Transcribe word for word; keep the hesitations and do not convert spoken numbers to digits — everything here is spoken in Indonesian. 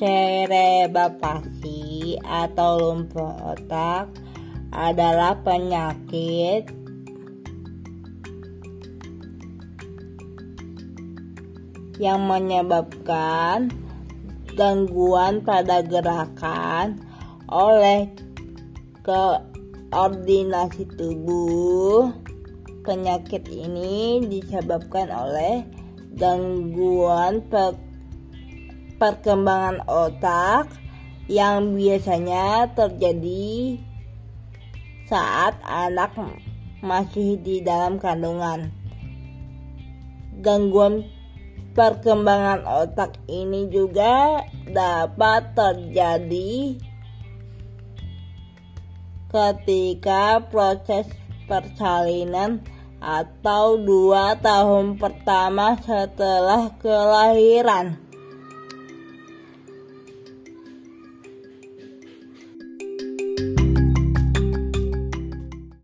Cerebral-palsy atau lumpuh otak adalah penyakit yang menyebabkan gangguan pada gerakan oleh koordinasi tubuh. Penyakit ini disebabkan oleh gangguan per perkembangan otak yang biasanya terjadi saat anak masih di dalam kandungan. Gangguan perkembangan otak ini juga dapat terjadi ketika proses persalinan atau dua tahun pertama setelah kelahiran.